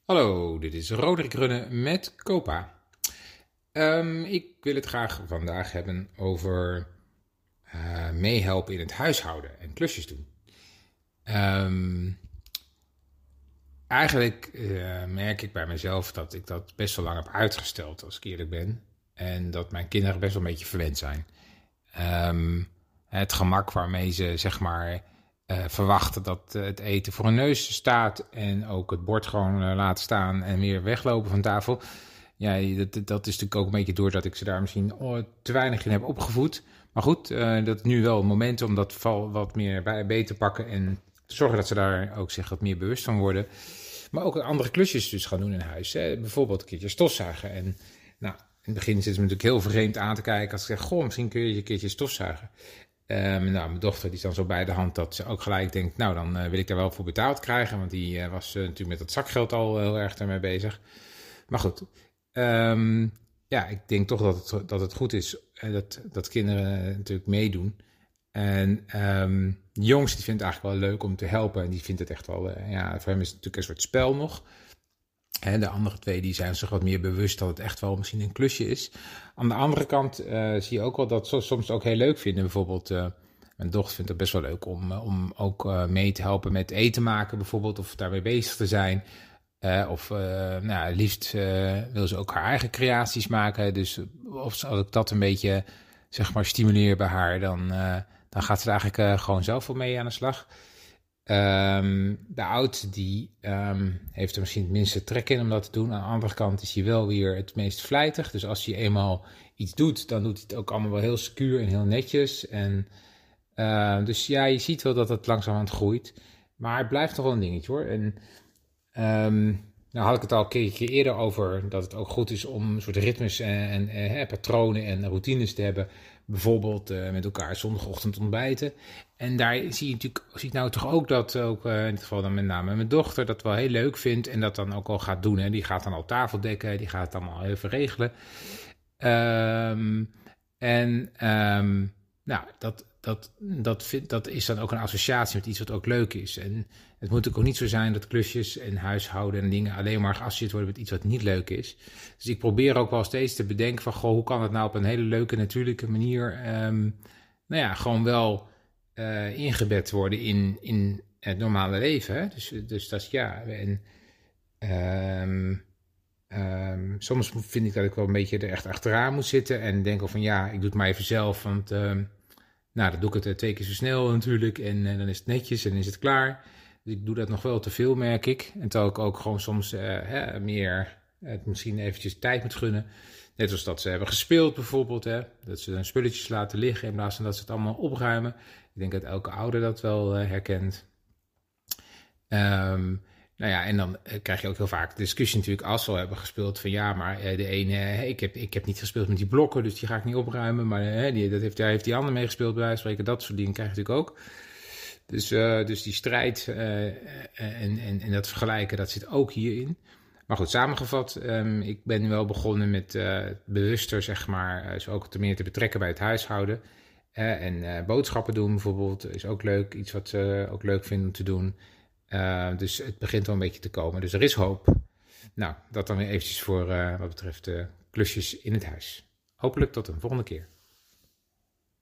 Hallo, dit is Roderick Runne met Copa. Ik wil het graag vandaag hebben over meehelpen in het huishouden en klusjes doen. Eigenlijk merk ik bij mezelf dat ik dat best wel lang heb uitgesteld, als ik eerlijk ben. En dat mijn kinderen best wel een beetje verwend zijn. Het gemak waarmee ze, zeg maar, verwachten dat het eten voor hun neus staat en ook het bord gewoon laten staan en weer weglopen van tafel. Ja, dat is natuurlijk ook een beetje doordat ik ze daar misschien te weinig in heb opgevoed. Maar goed, dat is nu wel het moment om dat wat meer beter te pakken en te zorgen dat ze daar ook zich wat meer bewust van worden. Maar ook andere klusjes dus gaan doen in huis. Hè. Bijvoorbeeld een keertje stofzuigen. En nou, in het begin zitten ze me natuurlijk heel vreemd aan te kijken als ik zeg, goh, misschien kun je een keertje stofzuigen. Mijn dochter die is dan zo bij de hand dat ze ook gelijk denkt, nou dan wil ik daar wel voor betaald krijgen. Want die was natuurlijk met dat zakgeld al heel erg daarmee bezig. Maar goed, ja, ik denk toch dat het goed is dat kinderen natuurlijk meedoen. En de jongste die vindt het eigenlijk wel leuk om te helpen. En die vindt het echt wel, ja, voor hem is het natuurlijk een soort spel nog. En de andere twee die zijn zich wat meer bewust dat het echt wel misschien een klusje is. Aan de andere kant zie je ook wel dat ze soms ook heel leuk vinden. Bijvoorbeeld, mijn dochter vindt het best wel leuk om ook mee te helpen met eten maken bijvoorbeeld. Of daarmee bezig te zijn. Nou, liefst wil ze ook haar eigen creaties maken. Dus als ik dat een beetje, zeg maar, stimuleer bij haar, dan gaat ze er eigenlijk gewoon zelf wel mee aan de slag. De oudste die heeft er misschien het minste trek in om dat te doen. Aan de andere kant is hij wel weer het meest vlijtig. Dus als hij eenmaal iets doet, dan doet hij het ook allemaal wel heel secuur en heel netjes. En, dus ja, je ziet wel dat het langzamerhand groeit. Maar het blijft toch wel een dingetje hoor. En nou had ik het al een keertje eerder over dat het ook goed is om een soort ritmes en patronen en routines te hebben. Bijvoorbeeld met elkaar zondagochtend ontbijten. En daar zie ik nou toch ook dat ook in dit geval dan met name mijn dochter dat wel heel leuk vindt en dat dan ook al gaat doen. Hè. Die gaat dan al tafel dekken, die gaat het allemaal even regelen. Nou, dat is dan ook een associatie met iets wat ook leuk is. En het moet ook niet zo zijn dat klusjes en huishouden en dingen alleen maar geassocieerd worden met iets wat niet leuk is. Dus ik probeer ook wel steeds te bedenken van, goh, hoe kan het nou op een hele leuke, natuurlijke manier, nou ja, gewoon wel ingebed worden in het normale leven. Hè? Dus dat is ja. Soms vind ik dat ik wel een beetje er echt achteraan moet zitten en denk al van ja, ik doe het maar even zelf, want nou, dan doe ik het 2 keer zo snel natuurlijk en dan is het netjes en dan is het klaar. Dus ik doe dat nog wel te veel, merk ik. En terwijl ik ook gewoon soms meer misschien eventjes tijd moet gunnen. Net als dat ze hebben gespeeld bijvoorbeeld, hè? Dat ze hun spulletjes laten liggen in plaats van dat ze het allemaal opruimen. Ik denk dat elke ouder dat wel herkent. Nou ja, en dan krijg je ook heel vaak de discussie natuurlijk als we al hebben gespeeld van ja, maar de ene, ik heb niet gespeeld met die blokken, dus die ga ik niet opruimen, maar daar heeft die ander mee gespeeld bij wijze van spreken. Dat soort dingen krijg je natuurlijk ook. Dus die strijd en dat vergelijken, dat zit ook hierin. Maar goed, samengevat, ik ben nu wel begonnen met bewuster, zeg maar, zo ook meer te betrekken bij het huishouden. En boodschappen doen bijvoorbeeld is ook leuk, iets wat ze ook leuk vinden om te doen. Dus het begint wel een beetje te komen. Dus er is hoop. Nou, dat dan weer eventjes voor wat betreft klusjes in het huis. Hopelijk tot een volgende keer.